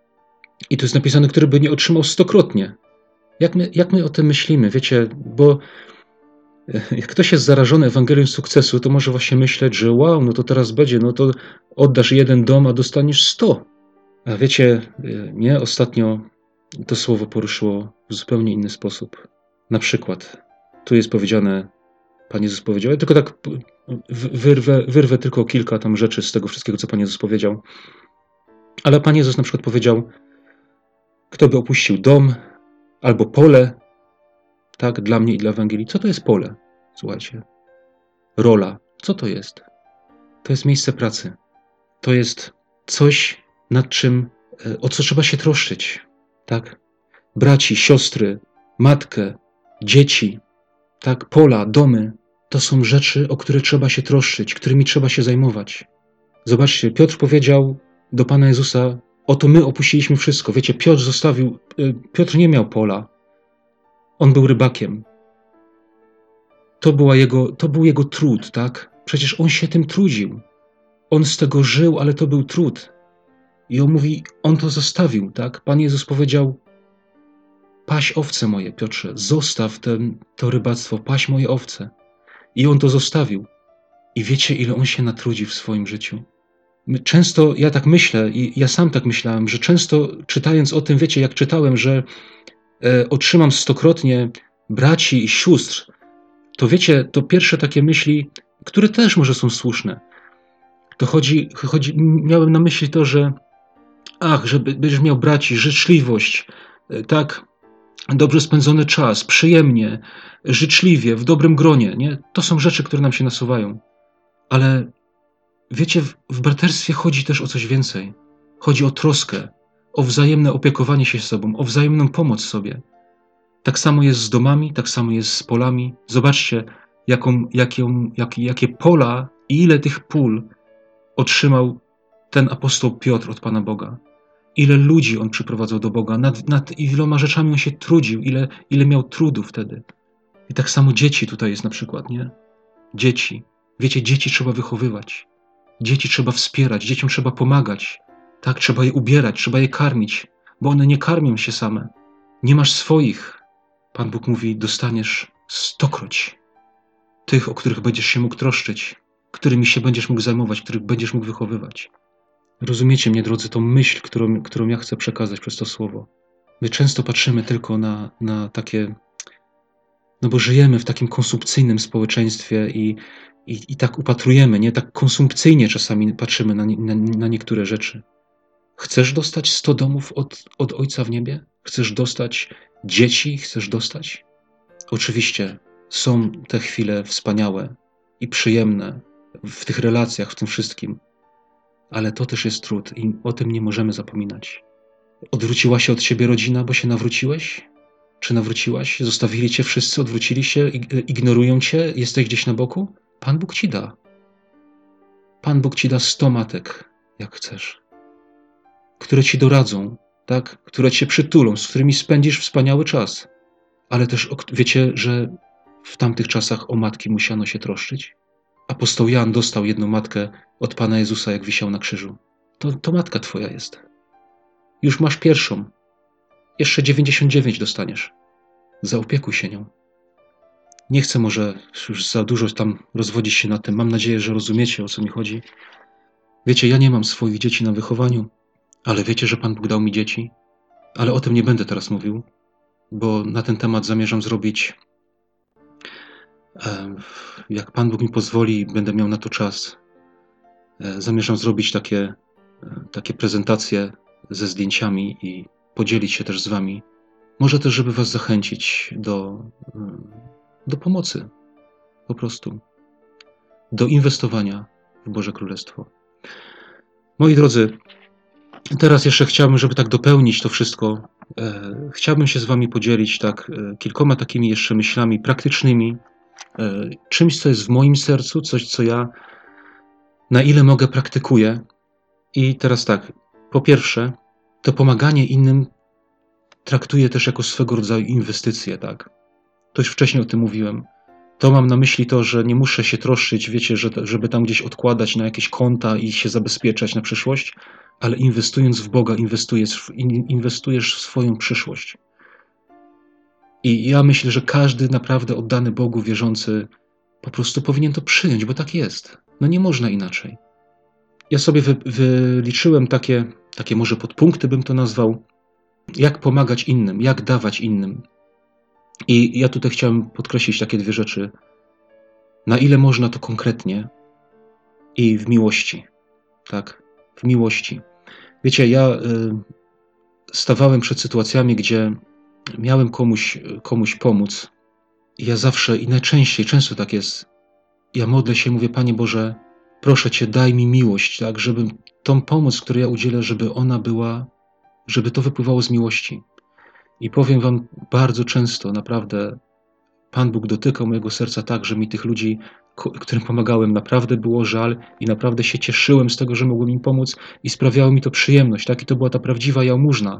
i to jest napisane, który by nie otrzymał stokrotnie. Jak my, jak my o tym myślimy? Wiecie, bo jak ktoś jest zarażony Ewangelią sukcesu, to może właśnie myśleć, że wow, no to teraz będzie, no to oddasz jeden dom, a dostaniesz sto. A wiecie, mnie ostatnio to słowo poruszyło w zupełnie inny sposób. Na przykład, tu jest powiedziane, Pan Jezus powiedział, ja tylko tak wyrwę, wyrwę tylko kilka tam rzeczy z tego wszystkiego, co Pan Jezus powiedział. Ale Pan Jezus na przykład powiedział, kto by opuścił dom albo pole, tak, dla mnie i dla Ewangelii. Co to jest pole? Słuchajcie. Rola. Co to jest? To jest miejsce pracy. To jest coś, nad czym, o co trzeba się troszczyć. Tak? Braci, siostry, matkę, dzieci, tak? Pola, domy. To są rzeczy, o które trzeba się troszczyć, którymi trzeba się zajmować. Zobaczcie, Piotr powiedział do Pana Jezusa, oto my opuściliśmy wszystko. Wiecie, Piotr zostawił, Piotr nie miał pola. On był rybakiem. To, była jego, to był jego trud, tak? Przecież on się tym trudził. On z tego żył, ale to był trud. I on mówi, on to zostawił, tak? Pan Jezus powiedział, paś owce moje, Piotrze, zostaw ten, to rybactwo, paś moje owce. I on to zostawił. I wiecie, ile on się natrudzi w swoim życiu. My często, ja tak myślę i ja sam tak myślałem, że często czytając o tym, wiecie, jak czytałem, że e, otrzymam stokrotnie braci i sióstr, to wiecie, to pierwsze takie myśli, które też może są słuszne, to chodzi, chodzi miałem na myśli to, że ach, że będziesz miał braci, życzliwość, tak, dobrze spędzony czas, przyjemnie, życzliwie, w dobrym gronie, nie? To są rzeczy, które nam się nasuwają. Ale wiecie, w, w braterstwie chodzi też o coś więcej. Chodzi o troskę, o wzajemne opiekowanie się sobą, o wzajemną pomoc sobie. Tak samo jest z domami, tak samo jest z polami. Zobaczcie, jaką, jaką, jak, jakie pola i ile tych pól otrzymał ten apostoł Piotr od Pana Boga. Ile ludzi on przyprowadzał do Boga, nad, nad iloma rzeczami on się trudził, ile, ile miał trudu wtedy. I tak samo dzieci tutaj jest na przykład, nie? Dzieci. Wiecie, dzieci trzeba wychowywać. Dzieci trzeba wspierać, dzieciom trzeba pomagać. Tak, trzeba je ubierać, trzeba je karmić, bo one nie karmią się same. Nie masz swoich. Pan Bóg mówi, dostaniesz stokroć tych, o których będziesz się mógł troszczyć, którymi się będziesz mógł zajmować, których będziesz mógł wychowywać. Rozumiecie mnie, drodzy, tą myśl, którą, którą ja chcę przekazać przez to słowo. My często patrzymy tylko na, na takie, no bo żyjemy w takim konsumpcyjnym społeczeństwie i, i, i tak upatrujemy, nie? Tak konsumpcyjnie czasami patrzymy na, na, na niektóre rzeczy. Chcesz dostać sto domów od, od Ojca w niebie? Chcesz dostać dzieci? Chcesz dostać? Oczywiście są te chwile wspaniałe i przyjemne w tych relacjach, w tym wszystkim, ale to też jest trud i o tym nie możemy zapominać. Odwróciła się od ciebie rodzina, bo się nawróciłeś? Czy nawróciłaś? Zostawili cię wszyscy, odwrócili się, ignorują cię, jesteś gdzieś na boku? Pan Bóg ci da. Pan Bóg ci da sto matek, jak chcesz, które ci doradzą, tak? Które cię przytulą, z którymi spędzisz wspaniały czas. Ale też wiecie, że w tamtych czasach o matki musiano się troszczyć? Apostoł Jan dostał jedną matkę od Pana Jezusa, jak wisiał na krzyżu. To, to matka twoja jest. Już masz pierwszą. Jeszcze dziewięćdziesiąt dziewięć dostaniesz. Zaopiekuj się nią. Nie chcę może już za dużo tam rozwodzić się na tym. Mam nadzieję, że rozumiecie, o co mi chodzi. Wiecie, ja nie mam swoich dzieci na wychowaniu, ale wiecie, że Pan Bóg dał mi dzieci. Ale o tym nie będę teraz mówił, bo na ten temat zamierzam zrobić, jak Pan Bóg mi pozwoli, będę miał na to czas. Zamierzam zrobić takie, takie prezentacje ze zdjęciami i podzielić się też z wami. Może też, żeby was zachęcić do, do pomocy, po prostu, do inwestowania w Boże Królestwo. Moi drodzy, teraz jeszcze chciałbym, żeby tak dopełnić to wszystko, e, chciałbym się z wami podzielić tak e, kilkoma takimi jeszcze myślami praktycznymi, e, czymś, co jest w moim sercu, coś, co ja na ile mogę praktykuję. I teraz tak, po pierwsze, to pomaganie innym traktuję też jako swego rodzaju inwestycję, tak? To już wcześniej o tym mówiłem. To mam na myśli to, że nie muszę się troszczyć, wiecie, że, żeby tam gdzieś odkładać na jakieś konta i się zabezpieczać na przyszłość, ale inwestując w Boga, inwestujesz, inwestujesz w swoją przyszłość. I ja myślę, że każdy naprawdę oddany Bogu, wierzący, po prostu powinien to przyjąć, bo tak jest. No nie można inaczej. Ja sobie wy, wyliczyłem takie, takie może podpunkty bym to nazwał, jak pomagać innym, jak dawać innym. I ja tutaj chciałem podkreślić takie dwie rzeczy. Na ile można to konkretnie i w miłości. Tak, w miłości. Wiecie, ja y, stawałem przed sytuacjami, gdzie miałem komuś, komuś pomóc. I ja zawsze i najczęściej, często tak jest, ja modlę się, mówię, Panie Boże, proszę Cię, daj mi miłość, tak, żeby tą pomoc, którą ja udzielę, żeby ona była, żeby to wypływało z miłości. I powiem wam, bardzo często naprawdę Pan Bóg dotykał mojego serca tak, że mi tych ludzi, którym pomagałem, naprawdę było żal i naprawdę się cieszyłem z tego, że mogłem im pomóc i sprawiało mi to przyjemność. Tak? I to była ta prawdziwa jałmużna,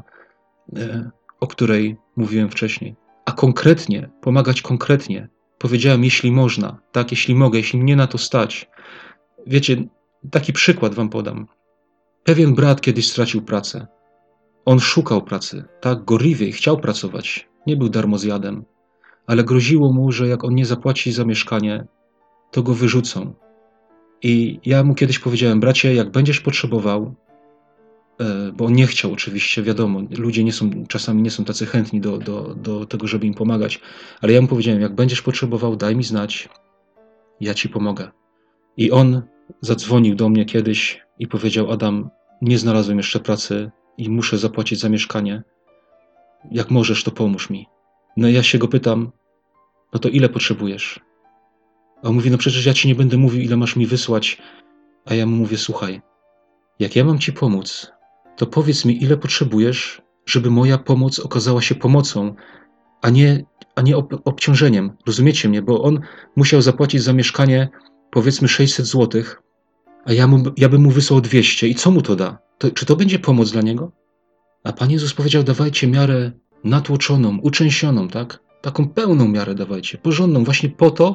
o której mówiłem wcześniej. A konkretnie, pomagać konkretnie. Powiedziałem, jeśli można, tak, jeśli mogę, jeśli mnie na to stać. Wiecie, taki przykład wam podam. Pewien brat kiedyś stracił pracę. On szukał pracy, tak, gorliwie i chciał pracować. Nie był darmozjadem, ale groziło mu, że jak on nie zapłaci za mieszkanie, to go wyrzucą. I ja mu kiedyś powiedziałem, bracie, jak będziesz potrzebował, bo on nie chciał oczywiście, wiadomo, ludzie nie są, czasami nie są tacy chętni do, do, do tego, żeby im pomagać, ale ja mu powiedziałem, jak będziesz potrzebował, daj mi znać, ja ci pomogę. I on zadzwonił do mnie kiedyś i powiedział, Adam, nie znalazłem jeszcze pracy i muszę zapłacić za mieszkanie. Jak możesz, to pomóż mi. No i ja się go pytam, no to ile potrzebujesz? A on mówi, no przecież ja ci nie będę mówił, ile masz mi wysłać. A ja mu mówię, słuchaj, jak ja mam ci pomóc, to powiedz mi, ile potrzebujesz, żeby moja pomoc okazała się pomocą, a nie, a nie ob- obciążeniem. Rozumiecie mnie? Bo on musiał zapłacić za mieszkanie powiedzmy sześćset złotych, a ja, mu, ja bym mu wysłał dwieście. I co mu to da? To, czy to będzie pomoc dla niego? A Pan Jezus powiedział, dawajcie miarę natłoczoną, uczęsioną, tak? Taką pełną miarę dawajcie, porządną, właśnie po to,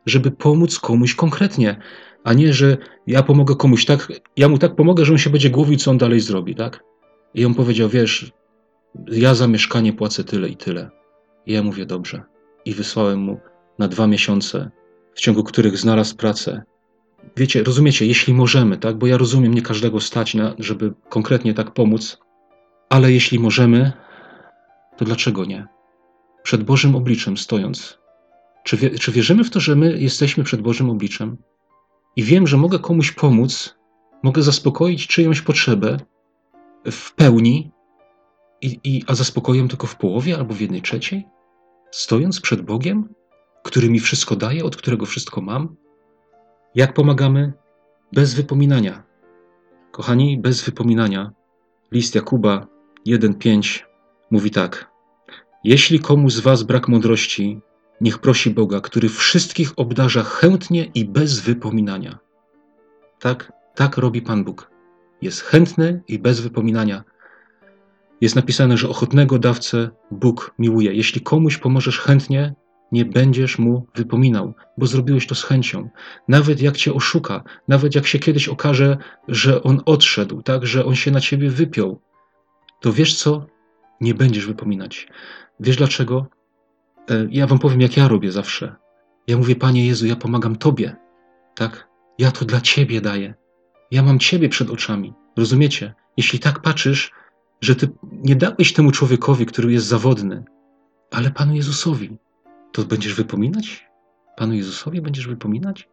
żeby pomóc komuś konkretnie, a nie, że ja pomogę komuś tak, ja mu tak pomogę, że on się będzie głowił, co on dalej zrobi, tak? I on powiedział, wiesz, ja za mieszkanie płacę tyle i tyle. I ja mówię, dobrze. I wysłałem mu na dwa miesiące, w ciągu których znalazł pracę. Wiecie, rozumiecie, jeśli możemy, tak? Bo ja rozumiem, nie każdego stać, na, żeby konkretnie tak pomóc, ale jeśli możemy, to dlaczego nie? Przed Bożym obliczem stojąc. Czy, wie, czy wierzymy w to, że my jesteśmy przed Bożym obliczem? I wiem, że mogę komuś pomóc, mogę zaspokoić czyjąś potrzebę w pełni, i, i, a zaspokoję tylko w połowie albo w jednej trzeciej? Stojąc przed Bogiem, który mi wszystko daje, od którego wszystko mam? Jak pomagamy? Bez wypominania. Kochani, bez wypominania. List Jakuba jeden pięć mówi tak. Jeśli komuś z was brak mądrości, niech prosi Boga, który wszystkich obdarza chętnie i bez wypominania. Tak, tak robi Pan Bóg. Jest chętny i bez wypominania. Jest napisane, że ochotnego dawcę Bóg miłuje. Jeśli komuś pomożesz chętnie, nie będziesz mu wypominał, bo zrobiłeś to z chęcią. Nawet jak cię oszuka, nawet jak się kiedyś okaże, że on odszedł, tak, że on się na ciebie wypiął, to wiesz co? Nie będziesz wypominać. Wiesz dlaczego? Ja wam powiem, jak ja robię zawsze. Ja mówię, Panie Jezu, ja pomagam Tobie, tak? Ja to dla Ciebie daję. Ja mam Ciebie przed oczami. Rozumiecie? Jeśli tak patrzysz, że Ty nie dałeś temu człowiekowi, który jest zawodny, ale Panu Jezusowi, to będziesz wypominać? Panu Jezusowi będziesz wypominać?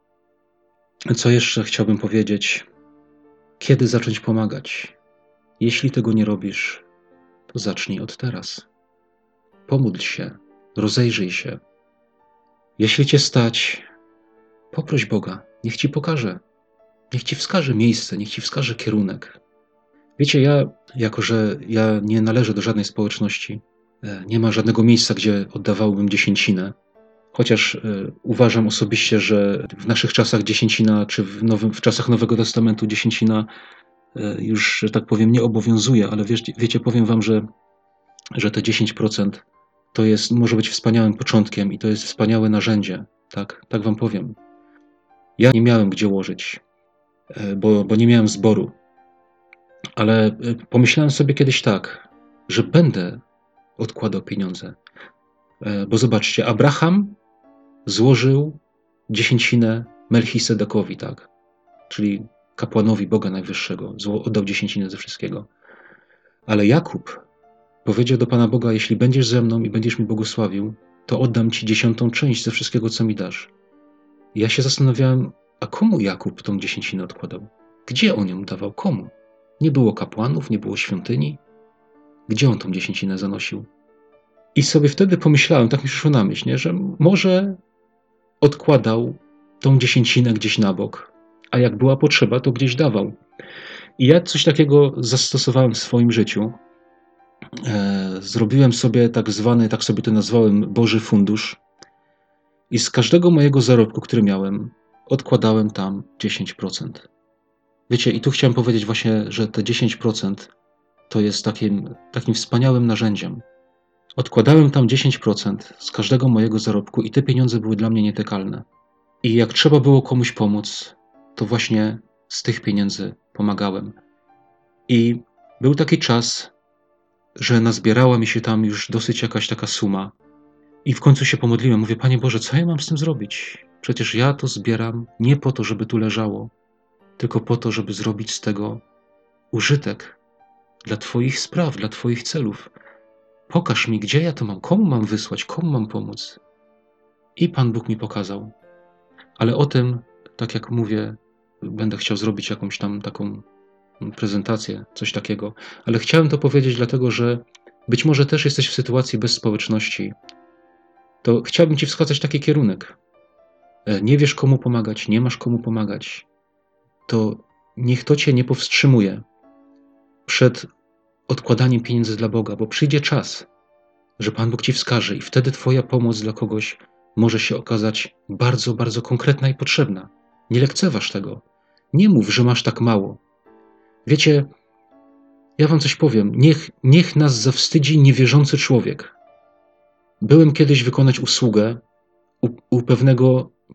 Co jeszcze chciałbym powiedzieć? Kiedy zacząć pomagać? Jeśli tego nie robisz, to zacznij od teraz. Pomódl się, rozejrzyj się. Jeśli cię stać, poproś Boga, niech ci pokaże. Niech ci wskaże miejsce, niech ci wskaże kierunek. Wiecie, ja, jako że ja nie należę do żadnej społeczności, nie ma żadnego miejsca, gdzie oddawałbym dziesięcinę, chociaż y, uważam osobiście, że w naszych czasach dziesięcina, czy w, nowym, w czasach Nowego Testamentu dziesięcina y, już, że tak powiem, nie obowiązuje, ale wiesz, wiecie, powiem wam, że, że te dziesięć procent to jest, może być wspaniałym początkiem i to jest wspaniałe narzędzie, tak, tak wam powiem. Ja nie miałem gdzie łożyć, bo, bo nie miałem zboru, ale pomyślałem sobie kiedyś tak, że będę odkładał pieniądze, bo zobaczcie, Abraham złożył dziesięcinę Melchisedekowi, tak, czyli kapłanowi Boga Najwyższego, oddał dziesięcinę ze wszystkiego, ale Jakub powiedział do Pana Boga, jeśli będziesz ze mną i będziesz mi błogosławił, to oddam ci dziesiątą część ze wszystkiego, co mi dasz. I ja się zastanawiałem, a komu Jakub tą dziesięcinę odkładał? Gdzie on ją dawał? Komu? Nie było kapłanów, nie było świątyni. Gdzie on tą dziesięcinę zanosił? I sobie wtedy pomyślałem, tak mi przyszło na myśl, nie, że może odkładał tą dziesięcinę gdzieś na bok, a jak była potrzeba, to gdzieś dawał. I ja coś takiego zastosowałem w swoim życiu. E, zrobiłem sobie tak zwany, tak sobie to nazwałem, Boży Fundusz. I z każdego mojego zarobku, który miałem, odkładałem tam dziesięć procent. Wiecie, i tu chciałem powiedzieć właśnie, że te dziesięć procent to jest takim, takim wspaniałym narzędziem. Odkładałem tam dziesięć procent z każdego mojego zarobku i te pieniądze były dla mnie nietykalne. I jak trzeba było komuś pomóc, to właśnie z tych pieniędzy pomagałem. I był taki czas, że nazbierała mi się tam już dosyć jakaś taka suma. I w końcu się pomodliłem. Mówię, Panie Boże, co ja mam z tym zrobić? Przecież ja to zbieram nie po to, żeby tu leżało, tylko po to, żeby zrobić z tego użytek dla Twoich spraw, dla Twoich celów. Pokaż mi, gdzie ja to mam, komu mam wysłać, komu mam pomóc. I Pan Bóg mi pokazał. Ale o tym, tak jak mówię, będę chciał zrobić jakąś tam taką prezentację, coś takiego. Ale chciałem to powiedzieć dlatego, że być może też jesteś w sytuacji bez społeczności. To chciałbym Ci wskazać taki kierunek. Nie wiesz, komu pomagać, nie masz komu pomagać. To niech to Cię nie powstrzymuje przed odkładaniem pieniędzy dla Boga, bo przyjdzie czas, że Pan Bóg Ci wskaże i wtedy Twoja pomoc dla kogoś może się okazać bardzo, bardzo konkretna i potrzebna. Nie lekceważ tego. Nie mów, że masz tak mało. Wiecie, ja Wam coś powiem. Niech, niech nas zawstydzi niewierzący człowiek. Byłem kiedyś wykonać usługę u, u pewnego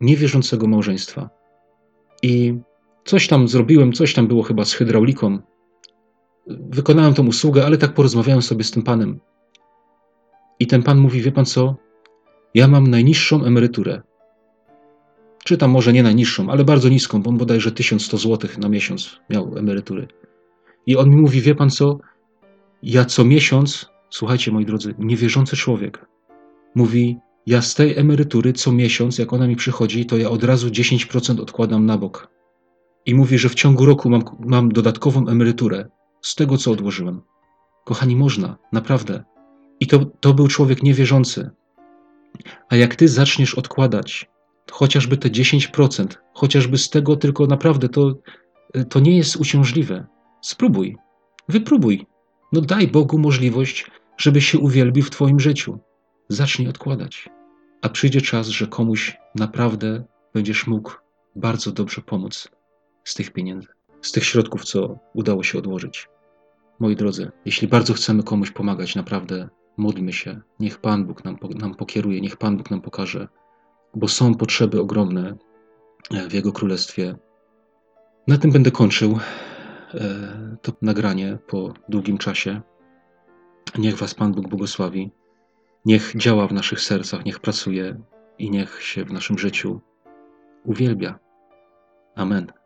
niewierzącego małżeństwa. I coś tam zrobiłem, coś tam było chyba z hydrauliką. Wykonałem tą usługę, ale tak porozmawiałem sobie z tym panem. I ten pan mówi, wie pan co? Ja mam najniższą emeryturę. Czy tam może nie najniższą, ale bardzo niską, bo on bodajże tysiąc sto złotych na miesiąc miał emerytury. I on mi mówi, wie pan co? Ja co miesiąc, słuchajcie moi drodzy, niewierzący człowiek, mówi, ja z tej emerytury co miesiąc, jak ona mi przychodzi, to ja od razu dziesięć procent odkładam na bok. I mówi, że w ciągu roku mam, mam dodatkową emeryturę z tego, co odłożyłem. Kochani, można, naprawdę. I to, to był człowiek niewierzący. A jak ty zaczniesz odkładać chociażby te dziesięć procent, chociażby z tego tylko naprawdę, to, to nie jest uciążliwe. Spróbuj, wypróbuj. No daj Bogu możliwość, żeby się uwielbił w twoim życiu. Zacznij odkładać. A przyjdzie czas, że komuś naprawdę będziesz mógł bardzo dobrze pomóc z tych pieniędzy, z tych środków, co udało się odłożyć. Moi drodzy, jeśli bardzo chcemy komuś pomagać, naprawdę módlmy się. Niech Pan Bóg nam, nam pokieruje, niech Pan Bóg nam pokaże, bo są potrzeby ogromne w Jego Królestwie. Na tym będę kończył to nagranie po długim czasie. Niech Was Pan Bóg błogosławi. Niech działa w naszych sercach, niech pracuje i niech się w naszym życiu uwielbia. Amen.